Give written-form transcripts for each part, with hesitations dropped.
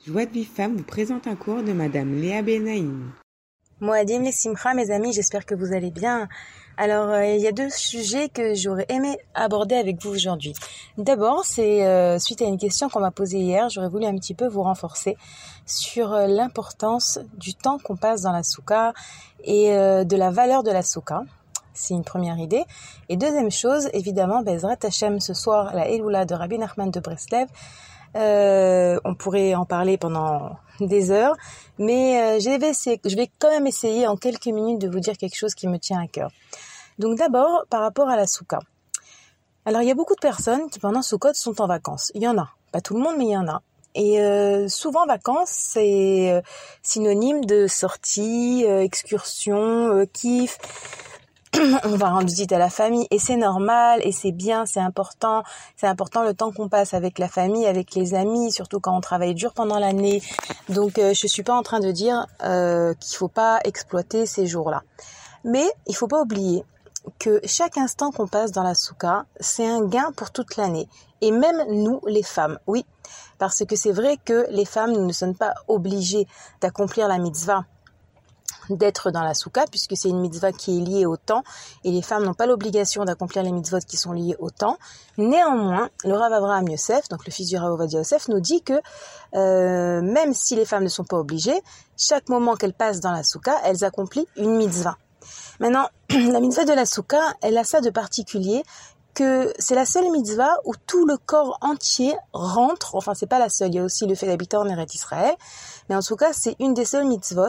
Joie de Vive Femme vous présente un cours de Madame Léa Benaïm. Moadim les Simcha, mes amis, j'espère que vous allez bien. Alors, il y a deux sujets que j'aurais aimé aborder avec vous aujourd'hui. D'abord, c'est suite à une question qu'on m'a posée hier, j'aurais voulu un petit peu vous renforcer sur l'importance du temps qu'on passe dans la soukha et de la valeur de la soukha. C'est une première idée. Et deuxième chose, évidemment, Bezrat Hashem, ce soir, la Eloula de Rabbi Nachman de Breslev. On pourrait en parler pendant des heures, mais je vais quand même essayer en quelques minutes de vous dire quelque chose qui me tient à cœur. Donc d'abord, par rapport à la soukha. Alors il y a beaucoup de personnes qui pendant Soukot sont en vacances. Il y en a, pas tout le monde, mais il y en a. Et souvent vacances, c'est synonyme de sortie, excursion, kiff. On va rendre visite à la famille et c'est normal et c'est bien, c'est important le temps qu'on passe avec la famille, avec les amis, surtout quand on travaille dur pendant l'année. Donc je suis pas en train de dire qu'il faut pas exploiter ces jours-là. Mais il faut pas oublier que chaque instant qu'on passe dans la soukha, c'est un gain pour toute l'année. Et même nous, les femmes, oui. Parce que c'est vrai que les femmes, nous ne sommes pas obligées d'accomplir la mitzvah d'être dans la soukha, puisque c'est une mitzvah qui est liée au temps, et les femmes n'ont pas l'obligation d'accomplir les mitzvot qui sont liées au temps. Néanmoins, le Rav Avraham Yosef, donc le fils du Rav Ovadia Yosef, nous dit que même si les femmes ne sont pas obligées, chaque moment qu'elles passent dans la soukha, elles accomplissent une mitzvah. Maintenant, la mitzvah de la soukha, elle a ça de particulier, que c'est la seule mitzvah où tout le corps entier rentre, enfin c'est pas la seule, il y a aussi le fait d'habiter en Eretz Israël, mais en tout cas c'est une des seules mitzvot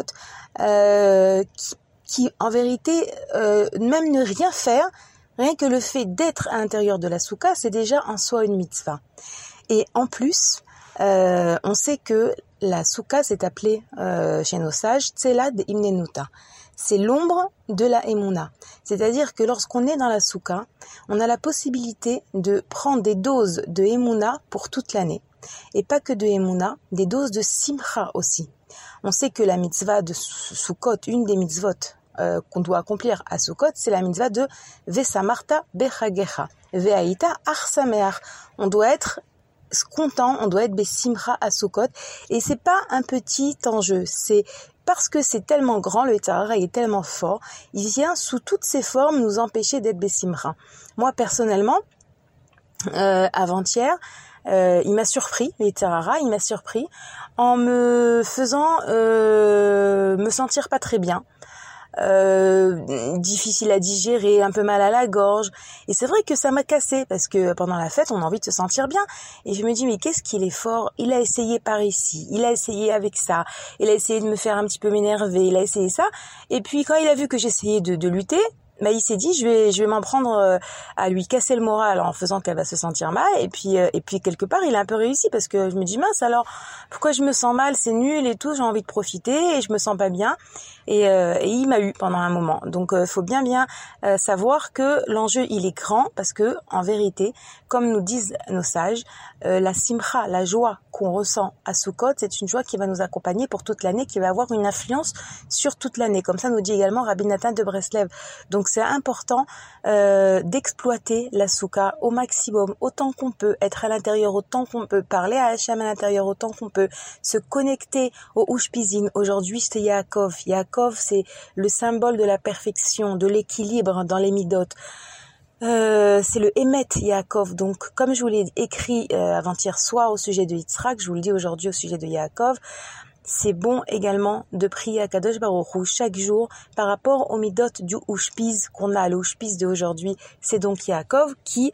qui en vérité, même ne rien faire, rien que le fait d'être à l'intérieur de la soukha, c'est déjà en soi une mitzvah. Et en plus, on sait que la soukha s'est appelée chez nos sages Tzelad Imnenuta. C'est l'ombre de la Emouna. C'est-à-dire que lorsqu'on est dans la soukha, on a la possibilité de prendre des doses de Emouna pour toute l'année. Et pas que de Emouna, des doses de Simcha aussi. On sait que la mitzvah de Sukkot, une des mitzvot qu'on doit accomplir à Sukkot, c'est la mitzvah de Vesamarta Bechagecha, Ve'aita Arsameach. On doit être content, on doit être Besimcha à Sukkot. Et c'est pas un petit enjeu, c'est parce que c'est tellement grand, le Yetzer Hara est tellement fort, il vient sous toutes ses formes nous empêcher d'être Besimcha. Moi, personnellement, avant-hier, il m'a surpris, le Yetzer Hara, il m'a surpris en me faisant me sentir pas très bien. Difficile à digérer, un peu mal à la gorge, et c'est vrai que ça m'a cassé parce que pendant la fête on a envie de se sentir bien, et je me dis mais qu'est-ce qu'il est fort, il a essayé par ici, il a essayé avec ça, il a essayé de me faire un petit peu m'énerver, il a essayé ça, et puis quand il a vu que j'essayais de lutter, bah il s'est dit je vais m'en prendre à lui casser le moral en faisant qu'elle va se sentir mal, et puis quelque part il a un peu réussi parce que je me dis mince alors pourquoi je me sens mal, c'est nul et tout, j'ai envie de profiter et je me sens pas bien, et il m'a eu pendant un moment. Donc faut bien savoir que l'enjeu il est grand, parce que en vérité, comme nous disent nos sages, la simcha, la joie qu'on ressent à Sukkot, c'est une joie qui va nous accompagner pour toute l'année, qui va avoir une influence sur toute l'année, comme ça nous dit également Rabbi Nathan de Breslev. Donc c'est important d'exploiter la soukha au maximum, autant qu'on peut, être à l'intérieur autant qu'on peut, parler à Hachem à l'intérieur autant qu'on peut, se connecter au Ushpizin. Aujourd'hui c'est Yaakov. Yaakov, c'est le symbole de la perfection, de l'équilibre dans les midot. C'est le Emet Yaakov. Donc comme je vous l'ai écrit avant-hier soir au sujet de Yitzhak, je vous le dis aujourd'hui au sujet de Yaakov, c'est bon également de prier à Kadosh Baruch Hu chaque jour par rapport au midot du Ushpiz qu'on a. Le Ushpiz de aujourd'hui, c'est donc Yaakov qui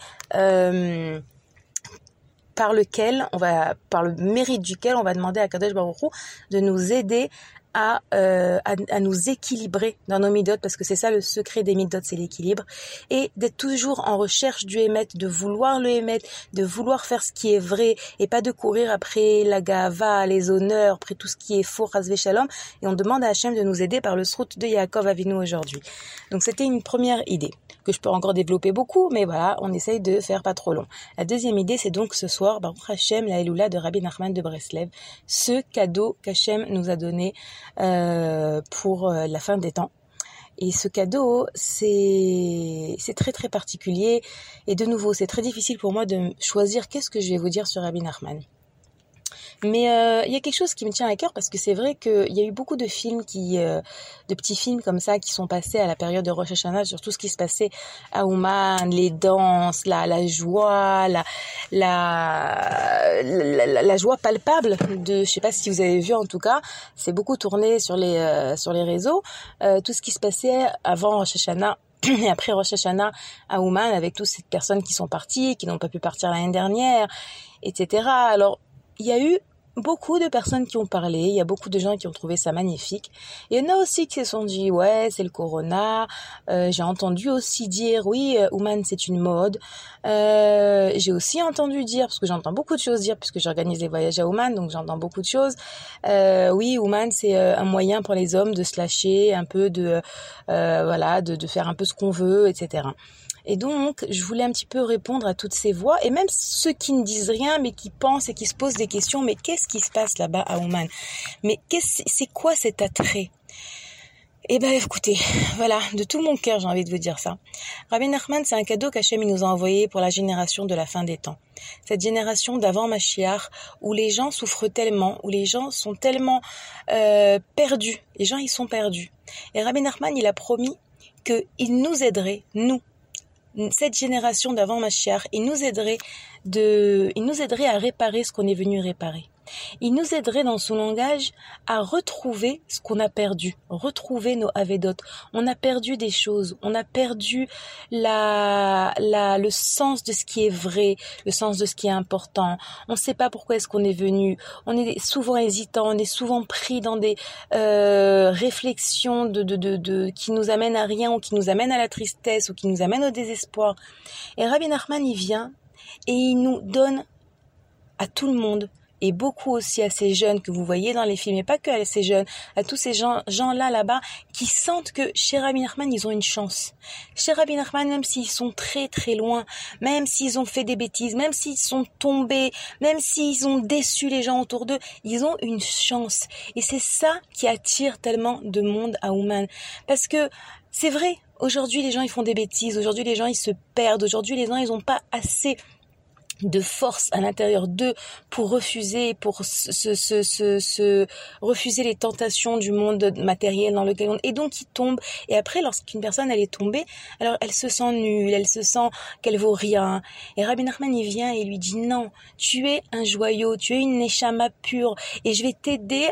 par le mérite duquel on va demander à Kadosh Baruch Hu de nous aider à nous équilibrer dans nos midot, parce que c'est ça le secret des midot, c'est l'équilibre, et d'être toujours en recherche du émet, de vouloir le émet, de vouloir faire ce qui est vrai, et pas de courir après la gava, les honneurs, après tout ce qui est faux, chas v'shalom, et on demande à Hachem de nous aider par le srout de Yaakov Avinu aujourd'hui. Donc c'était une première idée, que je peux encore développer beaucoup, mais voilà, on essaye de faire pas trop long. La deuxième idée, c'est donc ce soir, Baruch Hashem, la Eloula de Rabbi Nachman de Breslev, ce cadeau qu'Hachem nous a donné pour la fin des temps. Et ce cadeau, c'est très très particulier. Et de nouveau, c'est très difficile pour moi de choisir qu'est-ce que je vais vous dire sur Rabbi Nachman. Mais il y a quelque chose qui me tient à cœur parce que c'est vrai qu'il y a eu beaucoup de films de petits films comme ça qui sont passés à la période de Rosh Hashanah sur tout ce qui se passait à Ouman, les danses, la joie, la joie palpable je sais pas si vous avez vu en tout cas, c'est beaucoup tourné sur les réseaux, tout ce qui se passait avant Rosh Hashanah et après Rosh Hashanah à Ouman avec toutes ces personnes qui sont parties, qui n'ont pas pu partir l'année dernière, etc. Alors, il y a eu beaucoup de personnes qui ont parlé, il y a beaucoup de gens qui ont trouvé ça magnifique. Il y en a aussi qui se sont dit, ouais, c'est le corona. J'ai entendu aussi dire, oui, Ouman, c'est une mode. J'ai aussi entendu dire, parce que j'entends beaucoup de choses dire, puisque j'organise des voyages à Ouman, donc j'entends beaucoup de choses. Oui, Ouman, c'est un moyen pour les hommes de se lâcher, un peu de faire un peu ce qu'on veut, etc. Et donc, je voulais un petit peu répondre à toutes ces voix, et même ceux qui ne disent rien, mais qui pensent et qui se posent des questions, mais qu'est-ce qui se passe là-bas à Ouman? Mais c'est quoi cet attrait? Eh ben, écoutez, voilà, de tout mon cœur, j'ai envie de vous dire ça. Rabbi Nachman, c'est un cadeau qu'Hachem nous a envoyé pour la génération de la fin des temps. Cette génération d'avant Mashiach, où les gens souffrent tellement, où les gens sont tellement perdus. Les gens, ils sont perdus. Et Rabbi Nachman, il a promis qu'il nous aiderait, nous, cette génération d'avant Mashiach, il nous aiderait à réparer ce qu'on est venu réparer. Il nous aiderait dans son langage à retrouver ce qu'on a perdu, retrouver nos avédot. On a perdu des choses, on a perdu le sens de ce qui est vrai, le sens de ce qui est important. On ne sait pas pourquoi est-ce qu'on est venu. On est souvent hésitant, on est souvent pris dans des réflexions qui nous amènent à rien ou qui nous amènent à la tristesse ou qui nous amènent au désespoir. Et Rabbi Nachman, il vient et il nous donne à tout le monde, et beaucoup aussi à ces jeunes que vous voyez dans les films, et pas que à ces jeunes, à tous ces gens-là là-bas, qui sentent que chez Rabbi Nachman, ils ont une chance. Chez Rabbi Nachman, même s'ils sont très très loin, même s'ils ont fait des bêtises, même s'ils sont tombés, même s'ils ont déçu les gens autour d'eux, ils ont une chance. Et c'est ça qui attire tellement de monde à Ouman. Parce que c'est vrai, aujourd'hui les gens ils font des bêtises, aujourd'hui les gens ils se perdent, aujourd'hui les gens ils n'ont pas assez de force à l'intérieur d'eux pour refuser, refuser les tentations du monde matériel dans lequel on est. Et donc ils tombent. Et après, lorsqu'une personne elle est tombée, alors elle se sent nulle, elle se sent qu'elle vaut rien. Et Rabbi Nachman il vient et il lui dit non, tu es un joyau, tu es une neshama pure, et je vais t'aider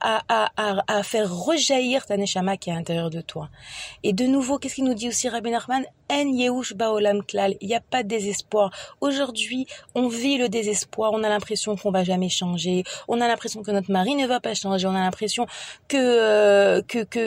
à faire rejaillir ta neshama qui est à l'intérieur de toi. Et de nouveau, qu'est-ce qu'il nous dit aussi Rabbi Nachman? En yehush baolam klal, il n'y a pas de désespoir. Aujourd'hui, on vit le désespoir, on a l'impression qu'on va jamais changer, on a l'impression que notre mari ne va pas changer, on a l'impression que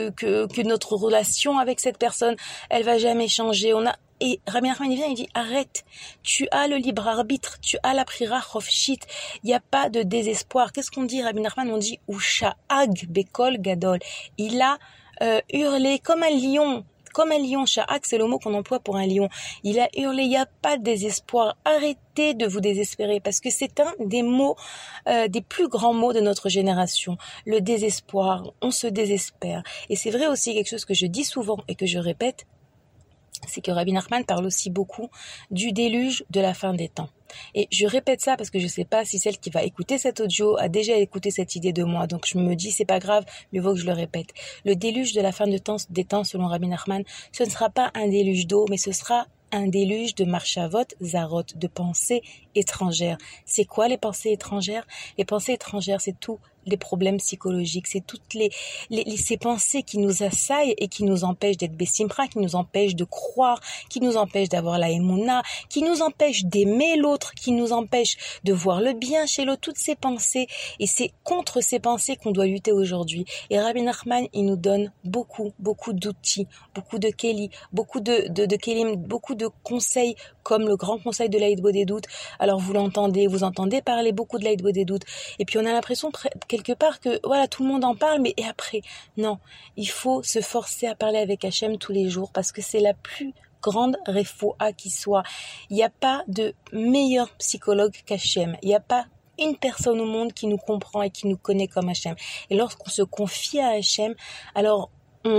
notre relation avec cette personne, elle va jamais changer. Et Rabbi Nachman vient, il dit arrête, tu as le libre arbitre, tu as la prira chofshit, il n'y a pas de désespoir. Qu'est-ce qu'on dit Rabbi Nachman? On dit usha'ag bekol gadol, il a hurlé comme un lion. Comme un lion, sha'ak, c'est le mot qu'on emploie pour un lion. Il a hurlé, il n'y a pas de désespoir. Arrêtez de vous désespérer parce que c'est un des mots, des plus grands mots de notre génération. Le désespoir, on se désespère. Et c'est vrai aussi quelque chose que je dis souvent et que je répète, c'est que Rabbi Nachman parle aussi beaucoup du déluge de la fin des temps. Et je répète ça parce que je ne sais pas si celle qui va écouter cet audio a déjà écouté cette idée de moi. Donc je me dis, c'est pas grave, mieux vaut que je le répète. Le déluge de la fin des temps, selon Rabbi Nachman, ce ne sera pas un déluge d'eau, mais ce sera un déluge de marchavot, zarot, de pensées étrangères. C'est quoi les pensées étrangères? Les pensées étrangères, c'est tout les problèmes psychologiques, c'est toutes ces pensées qui nous assaillent et qui nous empêchent d'être bessimra, qui nous empêchent de croire, qui nous empêchent d'avoir la émouna, qui nous empêchent d'aimer l'autre, qui nous empêchent de voir le bien chez l'autre, toutes ces pensées. Et c'est contre ces pensées qu'on doit lutter aujourd'hui. Et Rabbi Nachman, il nous donne beaucoup d'outils, beaucoup de kéli, beaucoup de kélim, beaucoup de conseils, comme le grand conseil de l'Aïd Bodédout. Alors vous entendez parler beaucoup de l'Aïd Bodédout. Et puis on a l'impression quelque part que voilà, tout le monde en parle, mais et après, non, il faut se forcer à parler avec Hachem tous les jours parce que c'est la plus grande refoua qui soit. Il n'y a pas de meilleur psychologue qu'Hachem. Il n'y a pas une personne au monde qui nous comprend et qui nous connaît comme Hachem. Et lorsqu'on se confie à Hachem, alors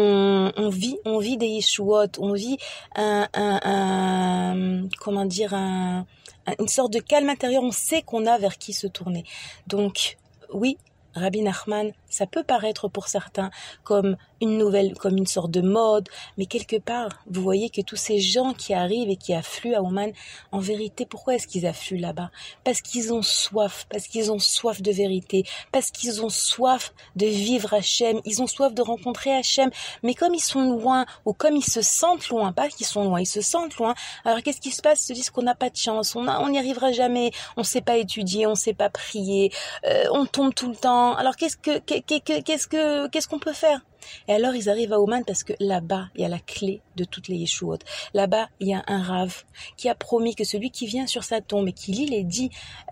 on vit des yeshuot, on vit une sorte de calme intérieur, on sait qu'on a vers qui se tourner. Donc, oui, Rabbi Nachman, ça peut paraître pour certains comme une sorte de mode, mais quelque part, vous voyez que tous ces gens qui arrivent et qui affluent à Ouman, en vérité, pourquoi est-ce qu'ils affluent là-bas? Parce qu'ils ont soif de vérité, parce qu'ils ont soif de vivre Hachem, ils ont soif de rencontrer Hachem, mais comme ils sont loin, ou comme ils se sentent loin, pas qu'ils sont loin, ils se sentent loin, alors qu'est-ce qui se passe? Ils se disent qu'on n'a pas de chance, on n'y arrivera jamais, on ne sait pas étudier, on ne sait pas prier, on tombe tout le temps, alors qu'est-ce qu'on peut faire? Et alors ils arrivent à Ouman parce que là-bas il y a la clé de toutes les Yeshuot. Là-bas il y a un Rav qui a promis que celui qui vient sur sa tombe et qui lit les 10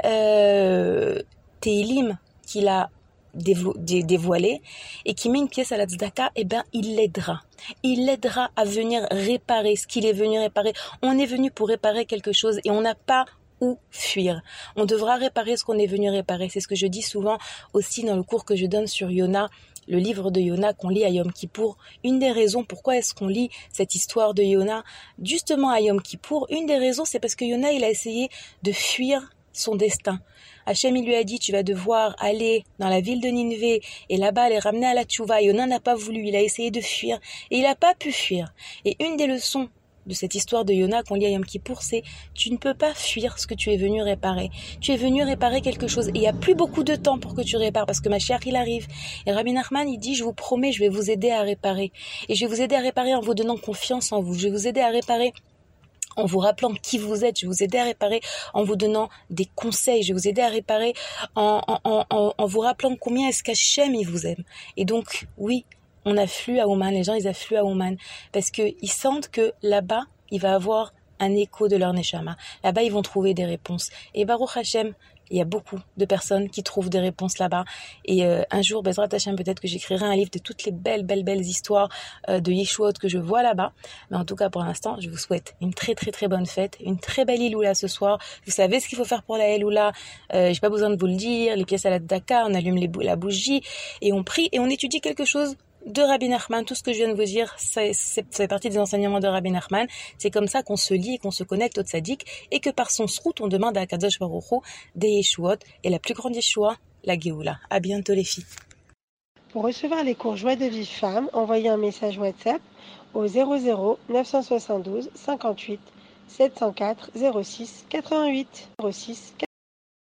Tehillim qu'il a dévoilé et qui met une pièce à la tzedaka, il l'aidera. Il l'aidera à venir réparer ce qu'il est venu réparer. On est venu pour réparer quelque chose et on n'a pas où fuir. On devra réparer ce qu'on est venu réparer. C'est ce que je dis souvent aussi dans le cours que je donne sur Yona, le livre de Yona qu'on lit à Yom Kippour. Une des raisons pourquoi est-ce qu'on lit cette histoire de Yona justement à Yom Kippour, une des raisons c'est parce que Yona il a essayé de fuir son destin. Hachem il lui a dit tu vas devoir aller dans la ville de Nineveh et là-bas les ramener à la tchouva. Yona n'a pas voulu, il a essayé de fuir et il n'a pas pu fuir. Et une des leçons de cette histoire de Yona qu'on lit à Yom Kippour, c'est tu ne peux pas fuir ce que tu es venu réparer. Tu es venu réparer quelque chose et il n'y a plus beaucoup de temps pour que tu répares parce que Mashiach il arrive. Et Rabbi Nachman il dit je vous promets je vais vous aider à réparer. Et je vais vous aider à réparer en vous donnant confiance en vous. Je vais vous aider à réparer en vous rappelant qui vous êtes, je vais vous aider à réparer en vous donnant des conseils, je vais vous aider à réparer en vous rappelant combien est-ce qu'Hachem il vous aime. Et donc, oui, on afflue à Ouman, les gens ils affluent à Ouman parce qu'ils sentent que là-bas, il va avoir un écho de leur neshama. Là-bas, ils vont trouver des réponses. Et Baruch Hashem, il y a beaucoup de personnes qui trouvent des réponses là-bas. Et un jour, Bezrat Hashem, peut-être que j'écrirai un livre de toutes les belles histoires de Yeshuot que je vois là-bas. Mais en tout cas, pour l'instant, je vous souhaite une très bonne fête, une très belle Iloula ce soir. Vous savez ce qu'il faut faire pour la Iloula. J'ai pas besoin de vous le dire. Les pièces à la tzedaka, on allume la bougie et on prie et on étudie quelque chose de Rabbi Nachman. Tout ce que je viens de vous dire, ça fait partie des enseignements de Rabbi Nachman. C'est comme ça qu'on se lie et qu'on se connecte au tzaddik et que par son srout, on demande à Akadosh Baruch Hu des Yeshuot et la plus grande Yeshua, la Géoula. À bientôt les filles. Pour recevoir les cours Joie de Vive Femme, envoyez un message WhatsApp au 00 972 58 704 06 88 06